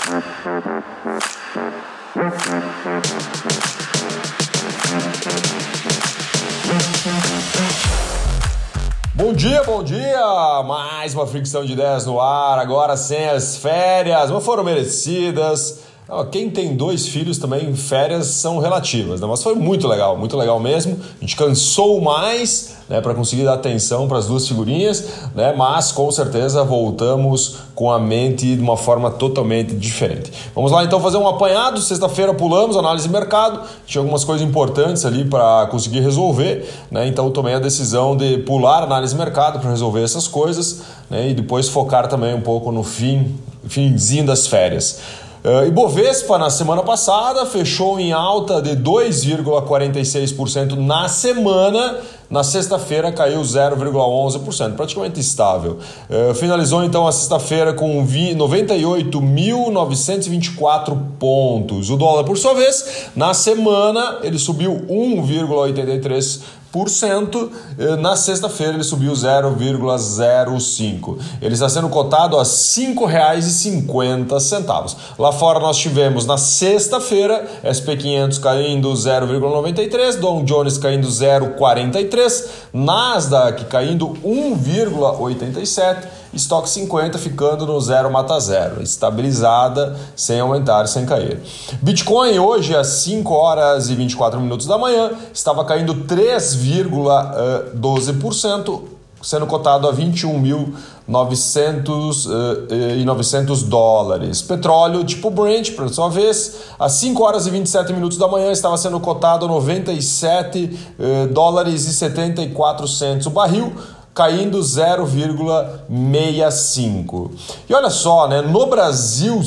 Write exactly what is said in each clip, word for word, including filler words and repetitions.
Bom dia, bom dia! Mais uma fricção de ideias no ar, agora sem as férias, mas foram merecidas. Quem tem dois filhos também, férias são relativas, né? Mas foi muito legal, muito legal mesmo. A gente cansou mais, né, para conseguir dar atenção para as duas figurinhas, né? Mas com certeza voltamos com a mente de uma forma totalmente diferente. Vamos lá então fazer um apanhado. Sexta-feira pulamos, análise de mercado. Tinha algumas coisas importantes ali para conseguir resolver, né? Então tomei a decisão de pular a análise de mercado para resolver essas coisas, né? E depois focar também um pouco no fim, finzinho das férias. Uh, Ibovespa na semana passada fechou em alta de dois vírgula quarenta e seis por cento na semana. Na sexta-feira caiu zero vírgula onze por cento, praticamente estável. Uh, finalizou então a sexta-feira com noventa e oito mil novecentos e vinte e quatro pontos. O dólar, por sua vez, na semana ele subiu um vírgula oitenta e três por cento. Na sexta-feira ele subiu zero vírgula zero cinco por cento. Ele está sendo cotado a cinco reais e cinquenta centavos. Lá fora nós tivemos na sexta-feira S and P quinhentos caindo zero vírgula noventa e três por cento, Dow Jones caindo zero vírgula quarenta e três por cento, Nasdaq caindo um vírgula oitenta e sete por cento, Stock cinquenta ficando no zero mata zero, estabilizada, sem aumentar, sem cair. Bitcoin hoje às cinco horas e vinte e quatro minutos da manhã estava caindo três vírgula doze por cento, sendo cotado a vinte e um mil e novecentos dólares. Petróleo tipo Brent, por sua vez, às cinco horas e vinte e sete minutos da manhã estava sendo cotado a noventa e sete dólares e setenta e quatro centavos o barril, caindo zero vírgula sessenta e cinco. E olha só, né? No Brasil,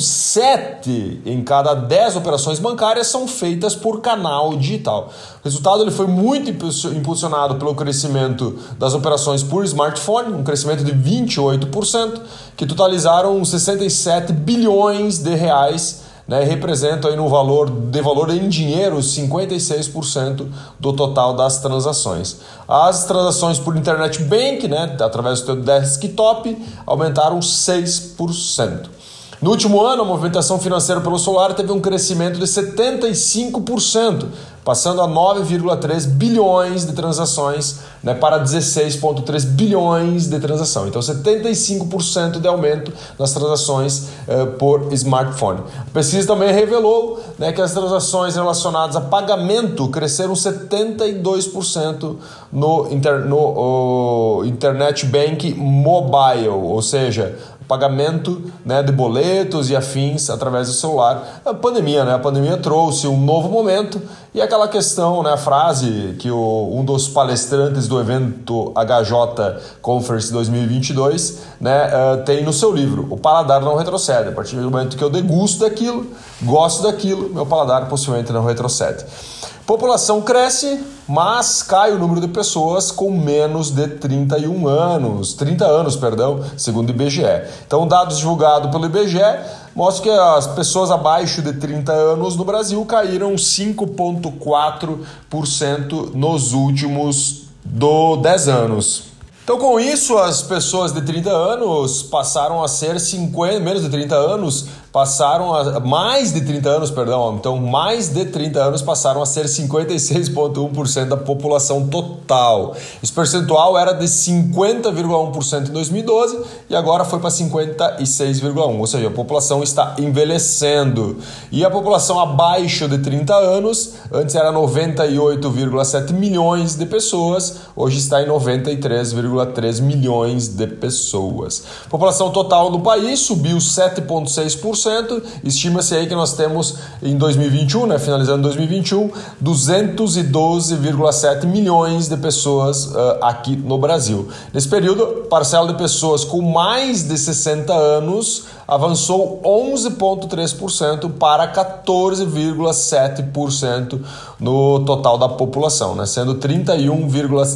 sete em cada dez operações bancárias são feitas por canal digital. O resultado ele foi muito impulsionado pelo crescimento das operações por smartphone, um crescimento de vinte e oito por cento, que totalizaram sessenta e sete bilhões de reais, né, representam aí no valor de valor em dinheiro cinquenta e seis por cento do total das transações. As transações por internet bank, né, através do seu desktop, aumentaram seis por cento. No último ano, a movimentação financeira pelo celular teve um crescimento de setenta e cinco por cento, passando a nove vírgula três bilhões de transações, né, para dezesseis vírgula três bilhões de transações. Então, setenta e cinco por cento de aumento nas transações eh, por smartphone. A pesquisa também revelou, né, que as transações relacionadas a pagamento cresceram setenta e dois por cento no, inter, no oh, Internet Bank Mobile, ou seja, pagamento, né, de boletos e afins através do celular. A pandemia, né? A pandemia trouxe um novo momento e aquela questão, né, a frase que o, um dos palestrantes do evento H J Conference dois mil e vinte e dois, né, uh, tem no seu livro: o paladar não retrocede. A partir do momento que eu degusto daquilo, gosto daquilo, meu paladar possivelmente não retrocede. População cresce, mas cai o número de pessoas com menos de trinta e um anos, trinta anos, perdão, segundo o I B G E. Então, dados divulgados pelo I B G E mostram que as pessoas abaixo de trinta anos no Brasil caíram cinco vírgula quatro por cento nos últimos do dez anos. Então, com isso, as pessoas de trinta anos passaram a ser cinquenta, menos de trinta anos, passaram a, mais de trinta anos, perdão, então mais de trinta anos passaram a ser cinquenta e seis vírgula um por cento da população total. Esse percentual era de cinquenta vírgula um por cento em dois mil e doze e agora foi para cinquenta e seis vírgula um por cento, ou seja, a população está envelhecendo. E a população abaixo de trinta anos, antes era noventa e oito vírgula sete milhões de pessoas, hoje está em noventa e três vírgula três milhões de pessoas. A população total do país subiu sete vírgula seis por cento. Estima-se aí que nós temos em dois mil e vinte e um, né, finalizando dois mil e vinte e um, duzentos e doze vírgula sete milhões de pessoas uh, aqui no Brasil. Nesse período, a parcela de pessoas com mais de sessenta anos avançou onze vírgula três por cento para quatorze vírgula sete por cento no total da população, né, sendo trinta e um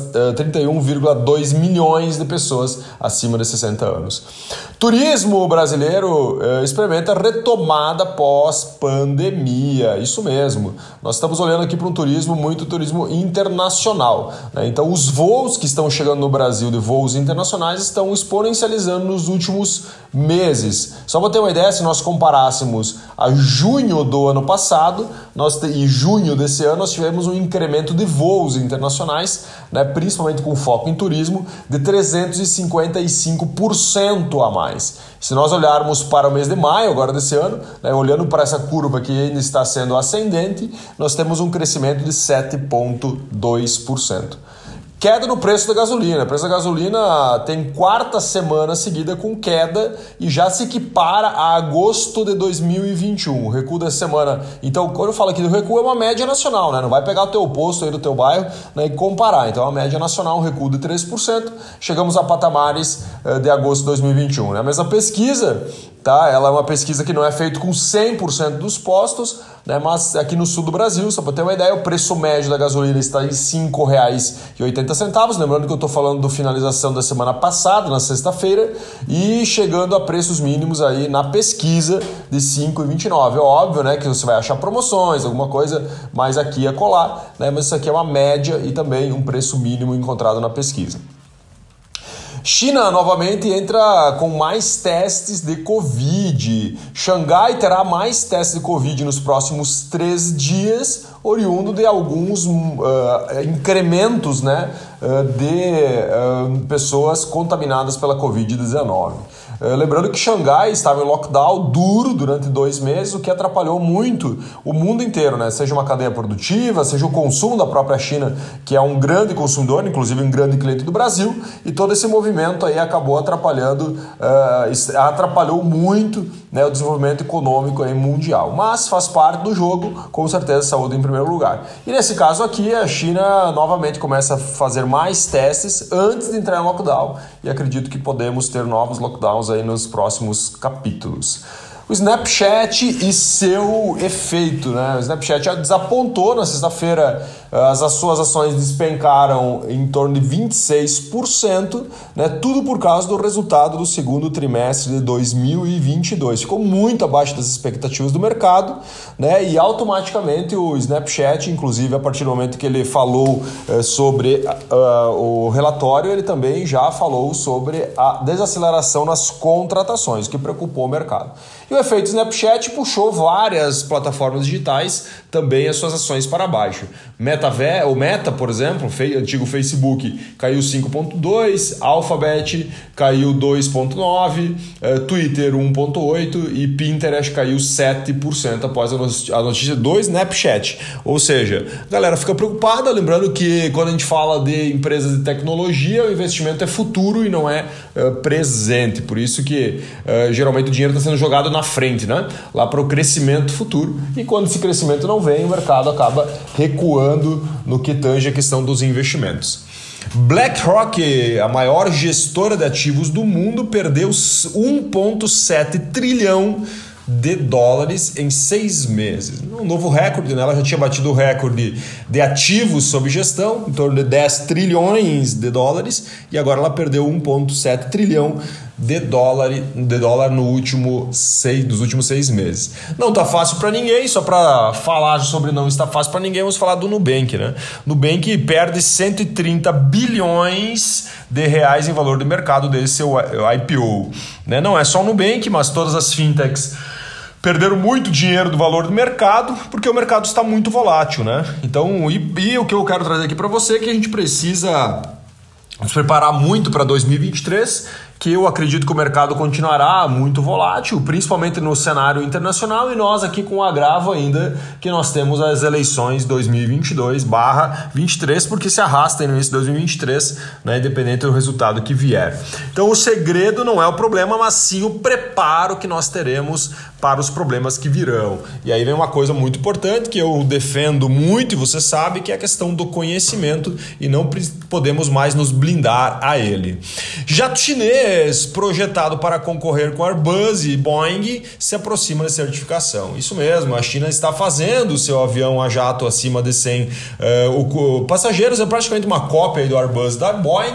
vírgula dois milhões de pessoas acima de sessenta anos. Turismo brasileiro uh, experimenta retomada pós-pandemia, isso mesmo. Nós estamos olhando aqui para um turismo, muito turismo internacional, né? Então, os voos que estão chegando no Brasil de voos internacionais estão exponencializando nos últimos meses. Só para ter uma ideia, se nós comparássemos a junho do ano passado nós e junho desse ano, nós tivemos um incremento de voos internacionais, né, principalmente com foco em turismo, de trezentos e cinquenta e cinco por cento a mais. Se nós olharmos para o mês de maio agora desse ano, né, olhando para essa curva que ainda está sendo ascendente, nós temos um crescimento de sete vírgula dois por cento. Queda no preço da gasolina. O preço da gasolina tem quarta semana seguida com queda e já se equipara a agosto de dois mil e vinte e um. O recuo dessa semana. Então, quando eu falo aqui do recuo, é uma média nacional, né? Não vai pegar o teu posto aí do teu bairro, né, e comparar. Então, é uma média nacional, um recuo de três por cento. Chegamos a patamares uh, de agosto de dois mil e vinte e um. Né? A mesma pesquisa, tá? Ela é uma pesquisa que não é feita com cem por cento dos postos, né? Mas aqui no sul do Brasil, só para ter uma ideia, o preço médio da gasolina está em cinco reais e oitenta centavos. Lembrando que eu estou falando do finalização da semana passada, na sexta-feira, e chegando a preços mínimos aí na pesquisa de cinco reais e vinte e nove centavos. É óbvio, né, que você vai achar promoções, alguma coisa mais aqui a colar, né? Mas isso aqui é uma média e também um preço mínimo encontrado na pesquisa. China novamente entra com mais testes de Covid. Xangai terá mais testes de Covid nos próximos três dias, oriundo de alguns uh, incrementos, né, uh, de uh, pessoas contaminadas pela covid dezenove. Uh, lembrando que Xangai estava em lockdown duro durante dois meses, o que atrapalhou muito o mundo inteiro, né? Seja uma cadeia produtiva, seja o consumo da própria China, que é um grande consumidor, inclusive um grande cliente do Brasil, e todo esse movimento aí acabou atrapalhando, uh, atrapalhou muito, né, o desenvolvimento econômico aí mundial. Mas faz parte do jogo, com certeza, saúde em primeiro lugar. E nesse caso aqui, a China novamente começa a fazer mais testes antes de entrar em lockdown, e acredito que podemos ter novos lockdowns aí nos próximos capítulos. O Snapchat e seu efeito, né? O Snapchat desapontou na sexta-feira, as suas ações despencaram em torno de vinte e seis por cento, né? Tudo por causa do resultado do segundo trimestre de dois mil e vinte e dois. Ficou muito abaixo das expectativas do mercado, né? E automaticamente o Snapchat, inclusive a partir do momento que ele falou eh, sobre uh, o relatório, ele também já falou sobre a desaceleração nas contratações, o que preocupou o mercado. E o efeito Snapchat puxou várias plataformas digitais também as suas ações para baixo. Meta, o Meta, por exemplo, antigo Facebook, caiu cinco vírgula dois por cento, Alphabet caiu dois vírgula nove por cento, Twitter um vírgula oito por cento e Pinterest caiu sete por cento após a notícia do Snapchat. Ou seja, a galera fica preocupada, lembrando que quando a gente fala de empresas de tecnologia, o investimento é futuro e não é uh, presente. Por isso que uh, geralmente o dinheiro está sendo jogado na frente, né? Lá para o crescimento futuro. E quando esse crescimento não vem, o mercado acaba recuando no que tange a questão dos investimentos. BlackRock, a maior gestora de ativos do mundo, perdeu um vírgula sete trilhão de dólares em seis meses. Um novo recorde, né? Ela já tinha batido o recorde de ativos sob gestão, em torno de dez trilhões de dólares, e agora ela perdeu um vírgula sete trilhão de dólar, de dólar no último seis, dos últimos seis meses. Não está fácil para ninguém, só para falar sobre não está fácil para ninguém, vamos falar do Nubank, né? Nubank perde cento e trinta bilhões de reais em valor de mercado desse seu I P O. Né? Não é só o Nubank, mas todas as fintechs perderam muito dinheiro do valor do mercado, porque o mercado está muito volátil, né? Então, e, e o que eu quero trazer aqui para você é que a gente precisa nos preparar muito para dois mil e vinte e três, que eu acredito que o mercado continuará muito volátil, principalmente no cenário internacional, e nós aqui com o agravo ainda que nós temos as eleições dois mil e vinte e dois barra vinte e três, porque se arrasta no início de dois mil e vinte e três, né, independente do resultado que vier. Então o segredo não é o problema, mas sim o preparo que nós teremos para os problemas que virão. E aí vem uma coisa muito importante que eu defendo muito, e você sabe, que é a questão do conhecimento, e não podemos mais nos blindar a ele. Jato chinês projetado para concorrer com Airbus e Boeing se aproxima de certificação. Isso mesmo, a China está fazendo o seu avião a jato acima de cem uh, o, o, passageiros, é praticamente uma cópia do Airbus da Boeing,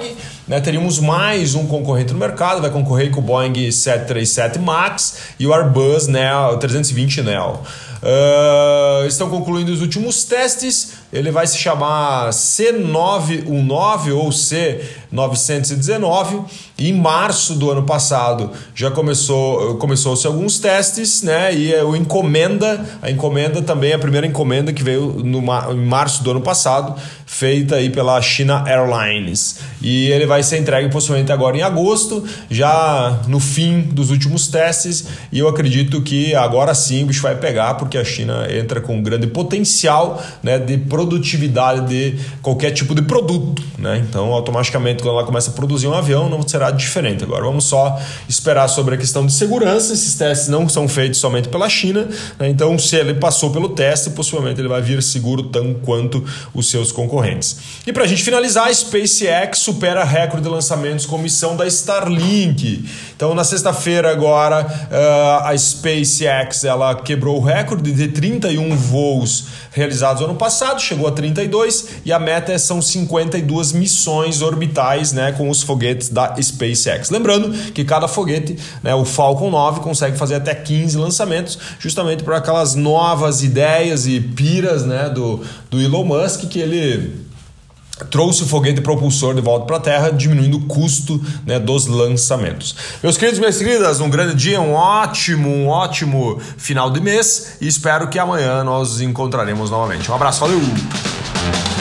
né, teríamos mais um concorrente no mercado, vai concorrer com o Boeing sete trinta e sete MAX e o Airbus Neo, trezentos e vinte Neo. Uh, estão concluindo os últimos testes. Ele vai se chamar C novecentos e dezenove ou C novecentos e dezenove. E em março do ano passado já começou começou-se alguns testes, né? E o encomenda, a encomenda também, a primeira encomenda que veio no, em março do ano passado, feita aí pela China Airlines. E ele vai ser entregue possivelmente agora em agosto, já no fim dos últimos testes. E eu acredito que agora sim o bicho vai pegar, porque a China entra com um grande potencial, né, de produtividade de qualquer tipo de produto, né? Então, automaticamente, quando ela começa a produzir um avião, não será diferente. Agora, vamos só esperar sobre a questão de segurança. Esses testes não são feitos somente pela China, né? Então, se ele passou pelo teste, possivelmente ele vai vir seguro tão quanto os seus concorrentes. E para a gente finalizar, a SpaceX supera recorde de lançamentos com missão da Starlink. Então, na sexta-feira agora, a SpaceX ela quebrou o recorde de trinta e um voos realizados no ano passado, chegou a trinta e dois, e a meta são cinquenta e duas missões orbitais, né, com os foguetes da SpaceX. Lembrando que cada foguete, né, o Falcon nove, consegue fazer até quinze lançamentos, justamente por aquelas novas ideias e piras, né, do, do Elon Musk, que ele trouxe o foguete propulsor de volta para a Terra, diminuindo o custo, né, dos lançamentos. Meus queridos e minhas queridas, um grande dia, um ótimo, um ótimo final de mês, e espero que amanhã nós nos encontraremos novamente. Um abraço, valeu!